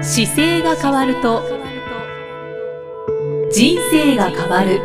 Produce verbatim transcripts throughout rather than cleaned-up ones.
姿勢が変わると人生が変わる。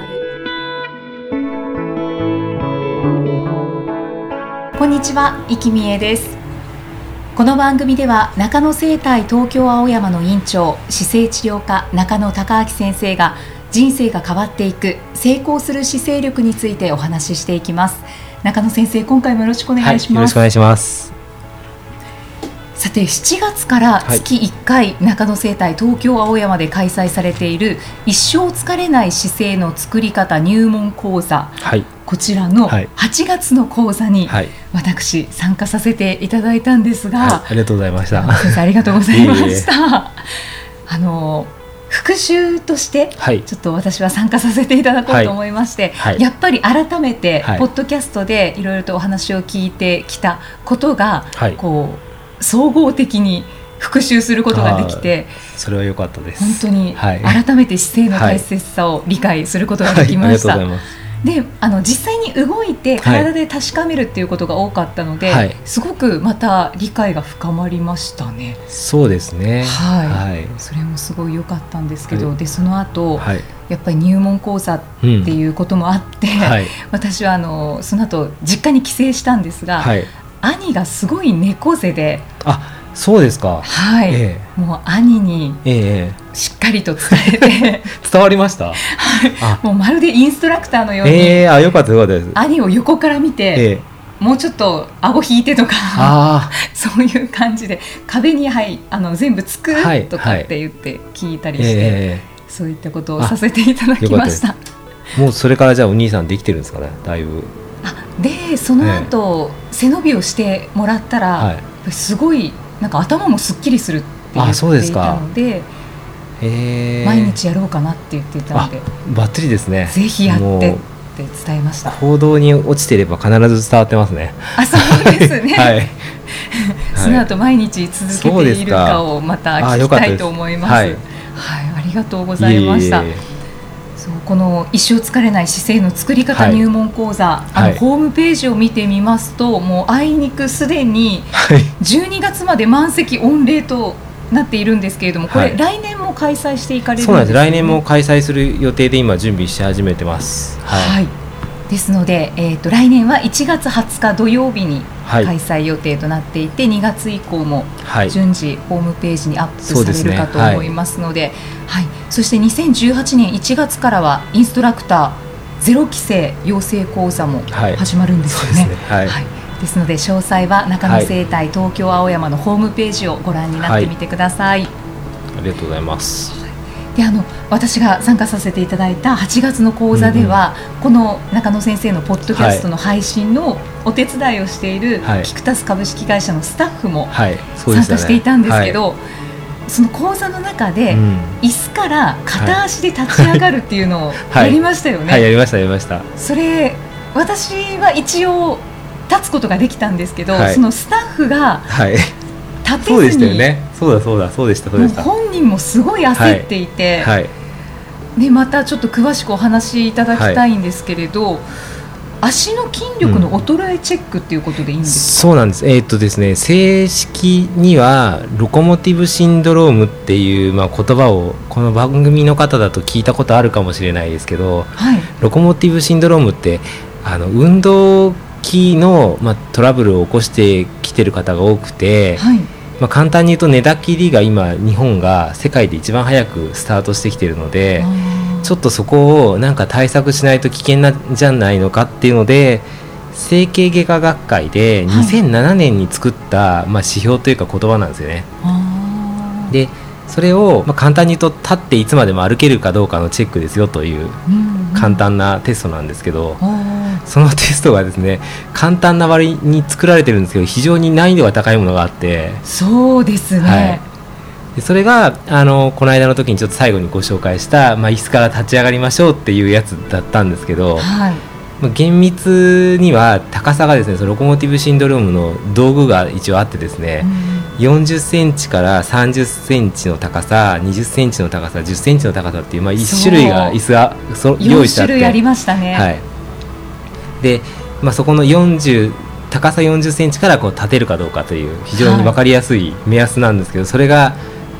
こんにちは、生きみえです。この番組では中野生態東京青山の院長、姿勢治療科中野孝明先生が人生が変わっていく成功する姿勢力についてお話ししていきます。中野先生、今回もよろしくお願いします。 はい、よろしくお願いします。 さて、しちがつから月いっかい、はい、中野生態東京青山で開催されている一生疲れない姿勢の作り方入門講座、はい、こちらのはちがつの講座に私参加させていただいたんですが、はいはい、 ありがとうございました。 先生、ありがとうございました。いえいえあの復習としてちょっと私は参加させていただこうと思いまして、はいはい、やっぱり改めてポッドキャストでいろいろとお話を聞いてきたことが、はい、こう総合的に復習することができて、 それは良かったです。 本当に改めて姿勢の大切さを理解することができました。はいはい、ありがとうございます。で、あの実際に動いて体で確かめるっていうことが多かったので、はい、すごくまた理解が深まりましたね。 そうですね、 はいはい、それもすごい良かったんですけど、はい、でその後、はい、やっぱり入門講座っていうこともあって、うんはい、私はあのその後実家に帰省したんですが、はい、兄がすごい猫背で、 あ、そうですか。 はい、ええ、もう兄にしっかりと伝えて、ええ、 伝わりました。 はい、あ、もうまるでインストラクターのように、 えー、あ、よかったよかったです。 兄を横から見て、ええ、もうちょっと顎引いてとか、あそういう感じで壁に、はい、あの全部つく、はい、とかって言って聞いたりして、えー、そういったことをさせていただきました。 もうそれからじゃあお兄さんできてるんですかね、だいぶ。 あでその後、えー、背伸びをしてもらったら、はい、すごいなんか頭もすっきりするって言っていたので、えー、毎日やろうかなって言っていたので、 バッチリですね。 ぜひやってって伝えました。 行動に落ちていれば必ず伝わってますね。 あ、そうですね。はい、その後毎日続けているかをまた聞きたいと思います。はい、はい、ありがとうございました。いえいえ、そうこの一生疲れない姿勢の作り方入門講座、はい、あの、はい、ホームページを見てみますと、もうあいにくすでにじゅうにがつまで満席御礼となっているんですけれども、これ、はい、来年も開催していかれるんですか？そうなんです。 来年も開催する予定で今準備し始めてます。はい、はい、 ですので、えーと、来年はいちがつはつか土曜日に開催予定となっていて、はい、にがつ以降も順次ホームページにアップされるかと思いますので、はい、そしてにせんじゅうはちねんいちがつからはインストラクターゼロ期生養成講座も始まるんですよね。はい、そうですね。はいはい、ですので詳細は中野生態東京青山のホームページをご覧になってみてください。はい、 ありがとうございます。 であの私が参加させていただいたはちがつの講座では、うんうん、この中野先生のポッドキャストの配信のお手伝いをしている、はい、キクタス株式会社のスタッフも参加していたんですけど、はい、その講座の中で、うん、椅子から片足で立ち上がるっていうのをやりましたよね。 はいはい、やりましたやりました。 それ私は一応立つことができたんで、はい、そのスタッフが、はい立てずに、 そうでしたよね。そうだそうだそうでしたそうでした。 本人もすごい焦っていて、はいはいね、またちょっと詳しくお話しいただきたいんですけれど、はい、足の筋力の衰えチェックっていうことでいいんですか？ うん、そうなんです。えーっとですね、正式にはロコモティブシンドロームっていう、まあ、言葉をこの番組の方だと聞いたことあるかもしれないですけど、はい、ロコモティブシンドロームってあの運動器の、まあ、トラブルを起こしてきてる方が多くて、はい、まあ、簡単に言うと寝たきりが今日本が世界で一番早くスタートしてきてるので、ちょっとそこをなんか対策しないと危険なんじゃないのかっていうので、整形外科学会でにせんななねんに作った、はい、まあ、指標というか言葉なんですよね。でそれを、まあ、簡単に言うと立っていつまでも歩けるかどうかのチェックですよという簡単なテストなんですけど、そのテストがですね、簡単な割に作られてるんですけど、非常に難易度が高いものがあって。 そうですね、はい、 でそれがあのこの間の時にちょっと最後にご紹介した、まあ、椅子から立ち上がりましょうっていうやつだったんですけど、はい、まあ、厳密には高さがですね、そのロコモティブシンドロームの道具が一応あってですね、うん、よんじゅっセンチからさんじゅっセンチの高さ、にじゅっセンチの高さ、じゅっセンチの高さっていう、まあ、いち種類が椅子がそ用意してあって、 よん種類ありましたね。 はい、で、まあ、そこのよんじゅう高さよんじゅっセンチからこう立てるかどうかという非常に分かりやすい目安なんですけど、それが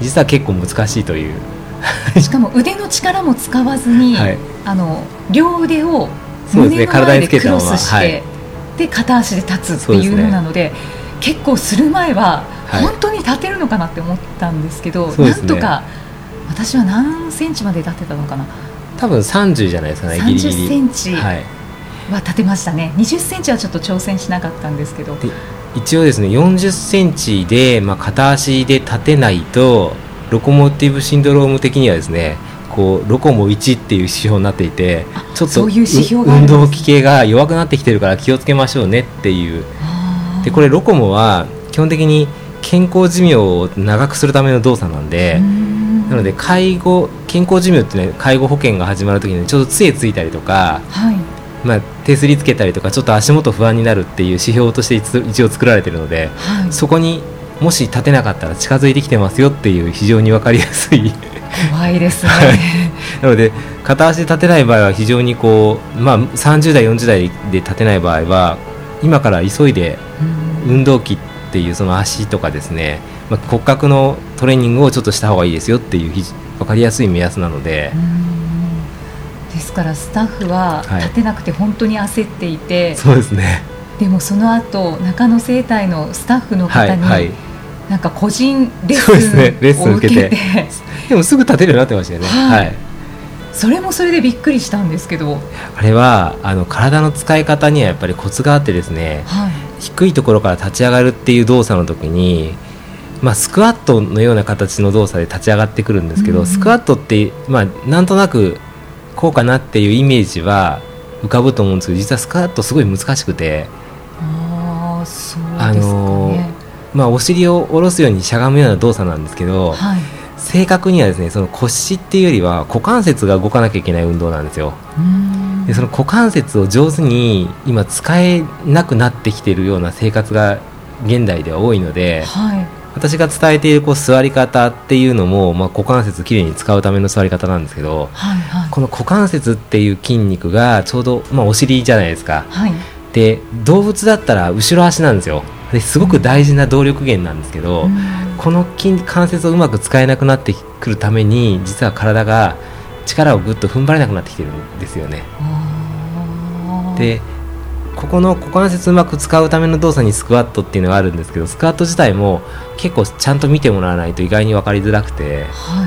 実は結構難しいというしかも腕の力も使わずに、はい、あの両腕を胸の前でクロスして、はい、で片足で立つっていうのなの で, で、ね、結構する前は本当に立てるのかなって思ったんですけど、はい、なんとか私は何センチまで立てたのかな、 多分さんじゅうじゃないですかね、ギリギリさんじゅっセンチは立てましたね、はい、にじゅっセンチはちょっと挑戦しなかったんですけど、 で一応ですねよんじゅっセンチで、まあ、片足で立てないとロコモティブシンドローム的にはですねこうロコモいちっていう指標になっていて、ちょっと運動器系が弱くなってきてるから気をつけましょうねっていう。でこれロコモは基本的に健康寿命を長くするための動作なんで、なので介護健康寿命ってね介護保険が始まるときにちょっと杖ついたりとか、はい、まあ、手すりつけたりとかちょっと足元不安になるっていう指標として一応作られているので、はい、そこにもし立てなかったら近づいてきてますよっていう非常に分かりやすい怖いですねなので片足で立てない場合は非常にこう、まあ、さんじゅう代よんじゅう代で立てない場合は今から急いで運動器っていうその足とかですね、まあ、骨格のトレーニングをちょっとした方がいいですよっていう分かりやすい目安なので、 うん、ですからスタッフは立てなくて本当に焦っていて、はい、 そうですね。 でもその後中野整体のスタッフの方に、はいはい、なんか個人レッスンを受けて、ね、 でもすぐ立てるようになってましたよね、はいはい、 それもそれでびっくりしたんですけど、 あれはあの体の使い方にはやっぱりコツがあってですね、はい、低いところから立ち上がるっていう動作の時に、まあ、スクワットのような形の動作で立ち上がってくるんですけど、うん、スクワットって、まあ、なんとなくこうかなっていうイメージは浮かぶと思うんですけど、実はスクワットすごい難しくて、 あ、そうですかね、 あのまあ、お尻を下ろすようにしゃがむような動作なんですけど、はい、正確にはですねその腰っていうよりは股関節が動かなきゃいけない運動なんですよ。うーん、でその股関節を上手に今使えなくなってきているような生活が現代では多いので、はい、私が伝えているこう座り方っていうのも、まあ、股関節きれいに使うための座り方なんですけど、はいはい、この股関節っていう筋肉がちょうど、まあ、お尻じゃないですか、はい、で動物だったら後ろ足なんですよ。ですごく大事な動力源なんですけど、うん、この筋関節をうまく使えなくなってくるために実は体が力をぐっと踏ん張れなくなってきてるんですよね。でここの股関節をうまく使うための動作にスクワットっていうのがあるんですけど、スクワット自体も結構ちゃんと見てもらわないと意外に分かりづらくて、はい、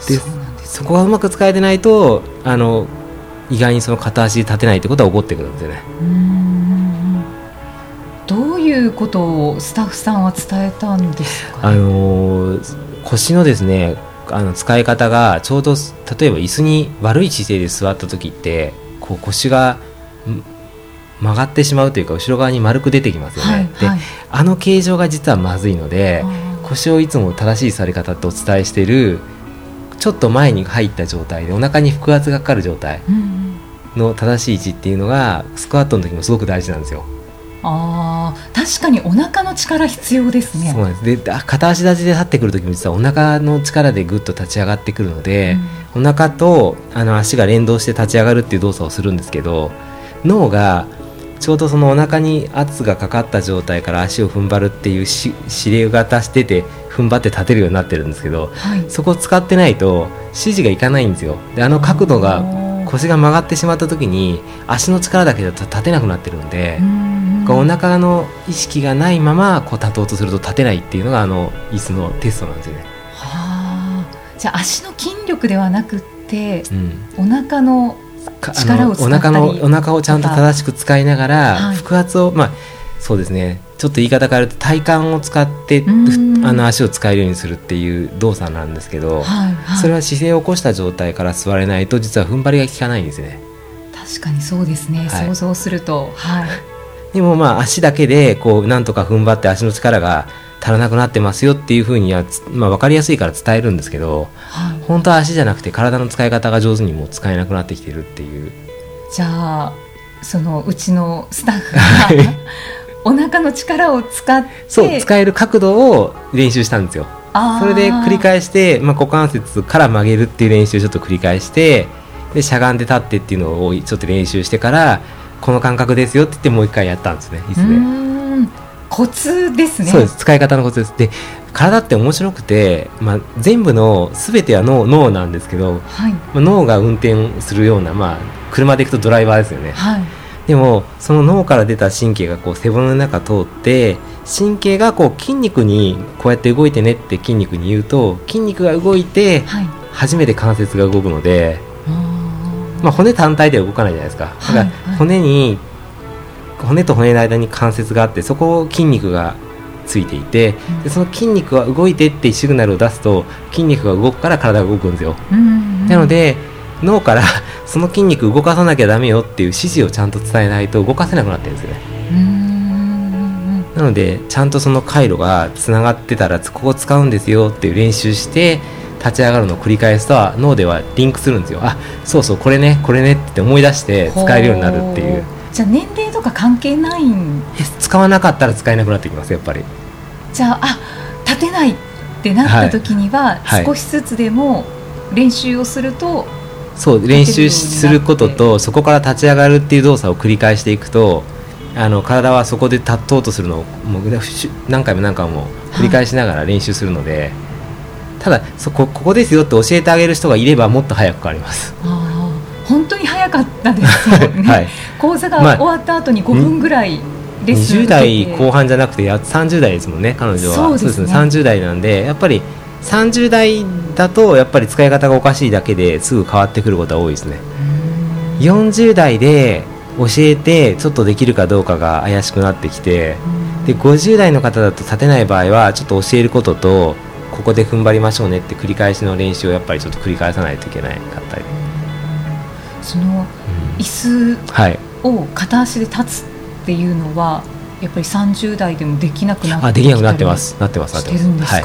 で そ, うなんです、ね、そこがうまく使えてないとあの意外にその片足で立てないってことは起こってくるんですよね。うーん、 どういうことをスタッフさんは伝えたんですか、ね、 あの腰のですねあの使い方がちょうど例えば椅子に悪い姿勢で座った時ってこう腰が曲がってしまうというか後ろ側に丸く出てきますよね、はいではい、あの形状が実はまずいので腰をいつも正しい座り方ってお伝えしているちょっと前に入った状態でお腹に腹圧がかかる状態の正しい位置っていうのがスクワットの時もすごく大事なんですよ。 あ、確かにお腹の力必要ですね。 そうなんです。で片足立ちで立ってくる時も実はお腹の力でぐっと立ち上がってくるので、うん、お腹とあの足が連動して立ち上がるっていう動作をするんですけど、脳がちょうどそのお腹に圧がかかった状態から足を踏ん張るっていう指令が出してて踏ん張って立てるようになってるんですけど、はい、そこを使ってないと指示がいかないんですよ。であの角度が腰が曲がってしまった時に足の力だけだと立てなくなってるんで、お腹の意識がないままこう立とうとすると立てないっていうのがあの椅子のテストなんですよね。 はあ、じゃあ足の筋力ではなくって、うん、お腹の力を使ったり、 お腹のお腹をちゃんと正しく使いながら、はい、腹圧を、まあそうですね、ちょっと言い方変えると体幹を使ってあの足を使えるようにするっていう動作なんですけど、はいはい、それは姿勢を起こした状態から座れないと実は踏ん張りが効かないんですね。 確かにそうですね、はい、想像すると、はい、 でもまあ足だけでこうなんとか踏ん張って足の力が足らなくなってますよっていうふうには、まあ、分かりやすいから伝えるんですけど、はい、本当は足じゃなくて体の使い方が上手にもう使えなくなってきてるっていう。 じゃあそのうちのスタッフがお腹の力を使ってそう使える角度を練習したんですよ。それで繰り返して、まあ、股関節から曲げるっていう練習をちょっと繰り返してでしゃがんで立ってっていうのをちょっと練習してからこの感覚ですよって言ってもう一回やったんですね、椅子で。うーん、 コツですね。 そうです、使い方のコツです。で体って面白くて、まあ、全部の全ては 脳, 脳なんですけど、はい、まあ、脳が運転するような、まあ、車で行くとドライバーですよね、はい、でもその脳から出た神経がこう背骨の中通って神経がこう筋肉にこうやって動いてねって筋肉に言うと筋肉が動いて初めて関節が動くので、はい、まあ、骨単体では動かないじゃないですか。だから骨に骨と骨の間に関節があってそこを筋肉がついていて、でその筋肉が動いてってシグナルを出すと筋肉が動くから体が動くんですよ。なので脳からその筋肉動かさなきゃダメよっていう指示をちゃんと伝えないと動かせなくなってるんですよね。うーん、なのでちゃんとその回路がつながってたらここ使うんですよっていう練習して立ち上がるのを繰り返すと脳ではリンクするんですよ。あ、そうそうこれねこれねって思い出して使えるようになるっていう。 じゃあ年齢とか関係ないんですか？ 使わなかったら使えなくなってきますやっぱり。 じゃあ、あ、立てないってなった時には、はい、少しずつでも練習をすると、はい、 そう練習することとそこから立ち上がるっていう動作を繰り返していくとあの体はそこで立とうとするのをもう何回も何回も繰り返しながら練習するので、はい、ただそこ、ここですよって教えてあげる人がいればもっと早く変わります。 あ、本当に早かったですよね、はい、講座が終わった後にごふんぐらい、まあにじゅう代後半じゃなくてやさんじゅう代ですもんね彼女は。そうですね、そうですね、さんじゅう代なんでやっぱりさんじゅう代だとやっぱり使い方がおかしいだけですぐ変わってくることが多いですね。よんじゅう代で教えてちょっとできるかどうかが怪しくなってきて、でごじゅう代の方だと立てない場合はちょっと教えることとここで踏ん張りましょうねって繰り返しの練習をやっぱりちょっと繰り返さないといけないかったり、 その椅子を片足で立つっていうのはやっぱりさんじゅう代でもできなくなってきたりしてるんですか？あ、できなくなってますなってますなってます、はい、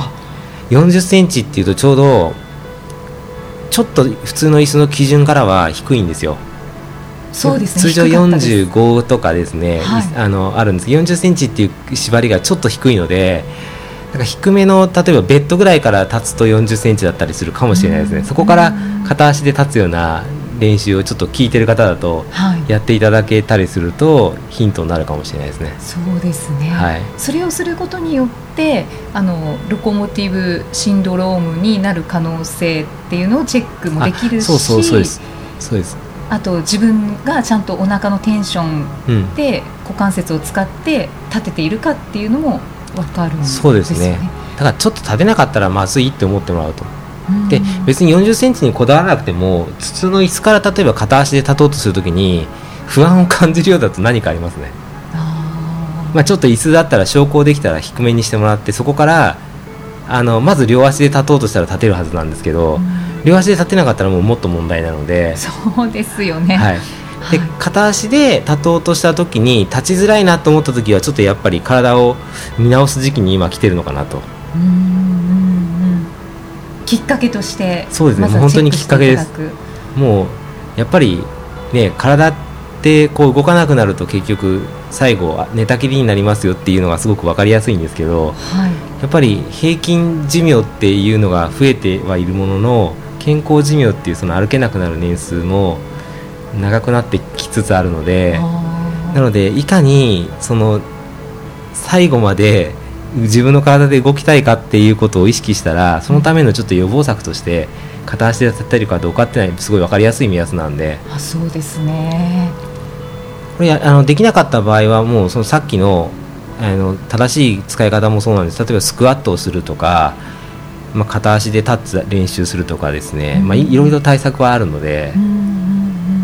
よんじゅっセンチっていうとちょうどちょっと普通の椅子の基準からは低いんですよ。そうですね、通常よんじゅうごとかですね、はい、あのあるんですけどよんじゅっセンチっていう縛りがちょっと低いのでなんか低めの例えばベッドぐらいから立つとよんじゅっセンチだったりするかもしれないですね。そこから片足で立つような練習をちょっと聞いてる方だとやっていただけたりするとヒントになるかもしれないですね。 そうですね、はい、それをすることによってあのロコモティブシンドロームになる可能性っていうのをチェックもできるし、 そうそうそうですそうです。 あと自分がちゃんとお腹のテンションで股関節を使って立てているかっていうのも分かるんですよね。 そうですね。だからちょっと立てなかったらまずいって思ってもらうと。で別によんじゅっセンチにこだわらなくても普通の椅子から例えば片足で立とうとするときに不安を感じるようだと何かありますね。あ、まあ、ちょっと椅子だったら昇降できたら低めにしてもらってそこからあのまず両足で立とうとしたら立てるはずなんですけど、両足で立てなかったらもうもっと問題なので。 そうですよね、 はい、で片足で立とうとしたときに立ちづらいなと思ったときはちょっとやっぱり体を見直す時期に今来てるのかなと。うーん、 きっかけとしてそうですね、本当にきっかけです。もうやっぱりね体ってこう動かなくなると結局最後寝たきりになりますよっていうのがすごく分かりやすいんですけど、はい、やっぱり平均寿命っていうのが増えてはいるものの健康寿命っていうその歩けなくなる年数も長くなってきつつあるので、なのでいかにその最後まで自分の体で動きたいかっていうことを意識したらそのためのちょっと予防策として片足で立てるかどうかっていうのはすごい分かりやすい目安なんで。 あ、そうですね。 これあのできなかった場合はもうそのさっき の, あの正しい使い方もそうなんです。例えばスクワットをするとか、まあ、片足で立つ練習するとかですね、まあ、いろいろ対策はあるので、うんうんうん、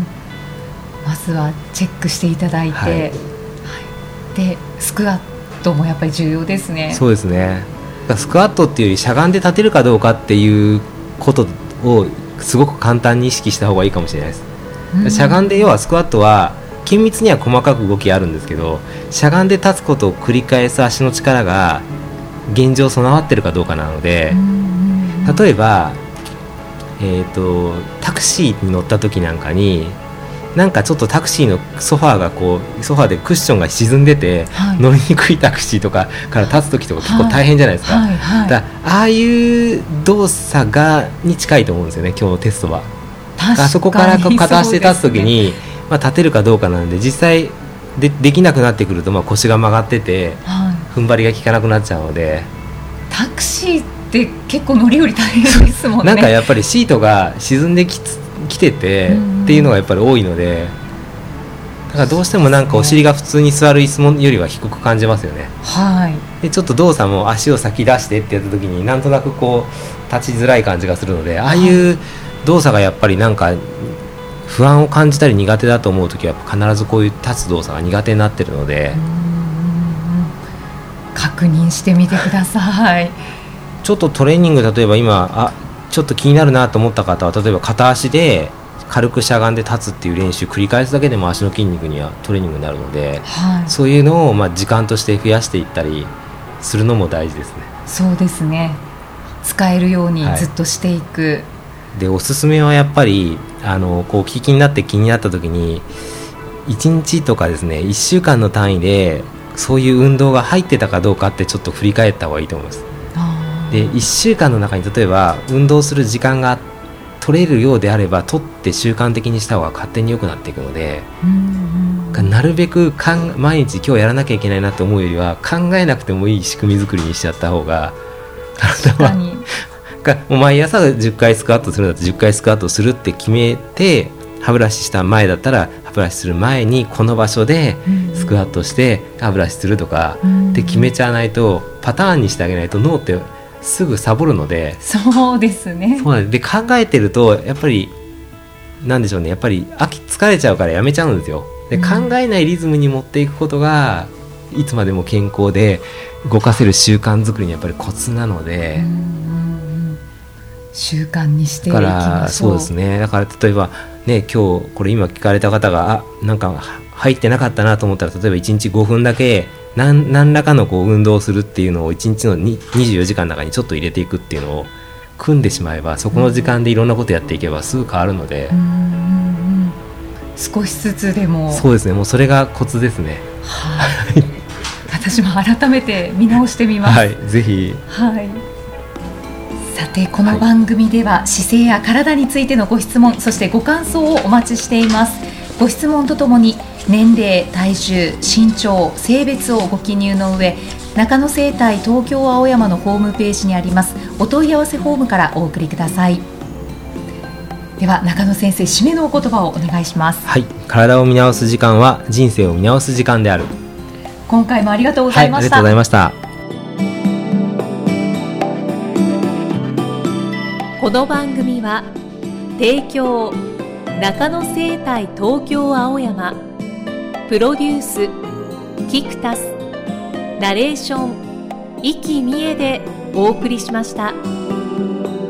まずはチェックしていただいて、はいはい、でスクワットもやっぱり重要ですね。 そうですね。スクワットっていうよりしゃがんで立てるかどうかっていうことをすごく簡単に意識した方がいいかもしれないです、うん、しゃがんで要はスクワットは緊密には細かく動きあるんですけどしゃがんで立つことを繰り返す足の力が現状備わってるかどうかなので、うん、例えば、えーと、タクシーに乗った時なんかになんかちょっとタクシーのソファーがこうソファーでクッションが沈んでて、はい、乗りにくいタクシーとかから立つ時とか結構大変じゃないですか、はいはいはい、だああいう動作がに近いと思うんですよね今日のテストは。あそこから片足で立つ時に、まあ、立てるかどうかなんで実際 で, できなくなってくるとまあ腰が曲がってて、はい、踏ん張りが効かなくなっちゃうのでタクシーって結構乗り降り大変ですもんね。 なんかやっぱりシートが沈んできつ来ててっていうのがやっぱり多いので、だからどうしてもなんかお尻が普通に座る椅子よりは低く感じますよね。 はい。 でちょっと動作も足を先出してってやった時になんとなくこう立ちづらい感じがするので、ああいう動作がやっぱりなんか不安を感じたり苦手だと思う時は必ずこういう立つ動作が苦手になってるので、うん、 確認してみてください。 ちょっとトレーニング、例えば今あちょっと気になるなと思った方は、例えば片足で軽くしゃがんで立つっていう練習繰り返すだけでも足の筋肉にはトレーニングになるので、はい、そういうのをまあ時間として増やしていったりするのも大事ですね。 そうですね、使えるようにずっとしていく、はい、 でおすすめはやっぱりあのこうお聞きになって気になった時にいちにちとかですねいっしゅうかんの単位でそういう運動が入ってたかどうかってちょっと振り返った方がいいと思います。でいっしゅうかんの中に例えば運動する時間が取れるようであれば取って習慣的にした方が勝手に良くなっていくので、うんうん、なるべくかん毎日今日やらなきゃいけないなと思うよりは考えなくてもいい仕組み作りにしちゃった方が体はもう毎朝じゅっかいスクワットするんだったらじゅっかいスクワットするって決めて、歯ブラシした前だったら歯ブラシする前にこの場所でスクワットして歯ブラシするとかって決めちゃわないと、パターンにしてあげないと脳ってすぐサボるので。 そうですね。 そうなんで、考えてるとやっぱりなんでしょうね、やっぱり飽き疲れちゃうからやめちゃうんですよ。で、うん、考えないリズムに持っていくことがいつまでも健康で動かせる習慣作りにやっぱりコツなので、うんうんうん、 習慣にしていきましょう。 だからそうですね、だから例えばね、今日これ今聞かれた方があなんか入ってなかったなと思ったら、例えばいちにちごふんだけ何, 何らかのこう運動をするっていうのをいちにちのにじゅうよじかんの中にちょっと入れていくっていうのを組んでしまえば、そこの時間でいろんなことやっていけばすぐ変わるので、うんうんうん、 少しずつでも。 そうですね、もうそれがコツですね。 はい、私も改めて見直してみます。 はい、ぜひ。 はい、さてこの番組では姿勢や体についてのご質問、そしてご感想をお待ちしています。ご質問とともに年齢、体重、身長、性別をご記入の上、中野生態東京青山のホームページにありますお問い合わせフォームからお送りください。では中野先生、締めのお言葉をお願いします。 はい、体を見直す時間は人生を見直す時間である。 今回もありがとうございました。 はい、ありがとうございました。 この番組は提供中野生態東京青山、プロデュースキクタス、ナレーション生きみえでお送りしました。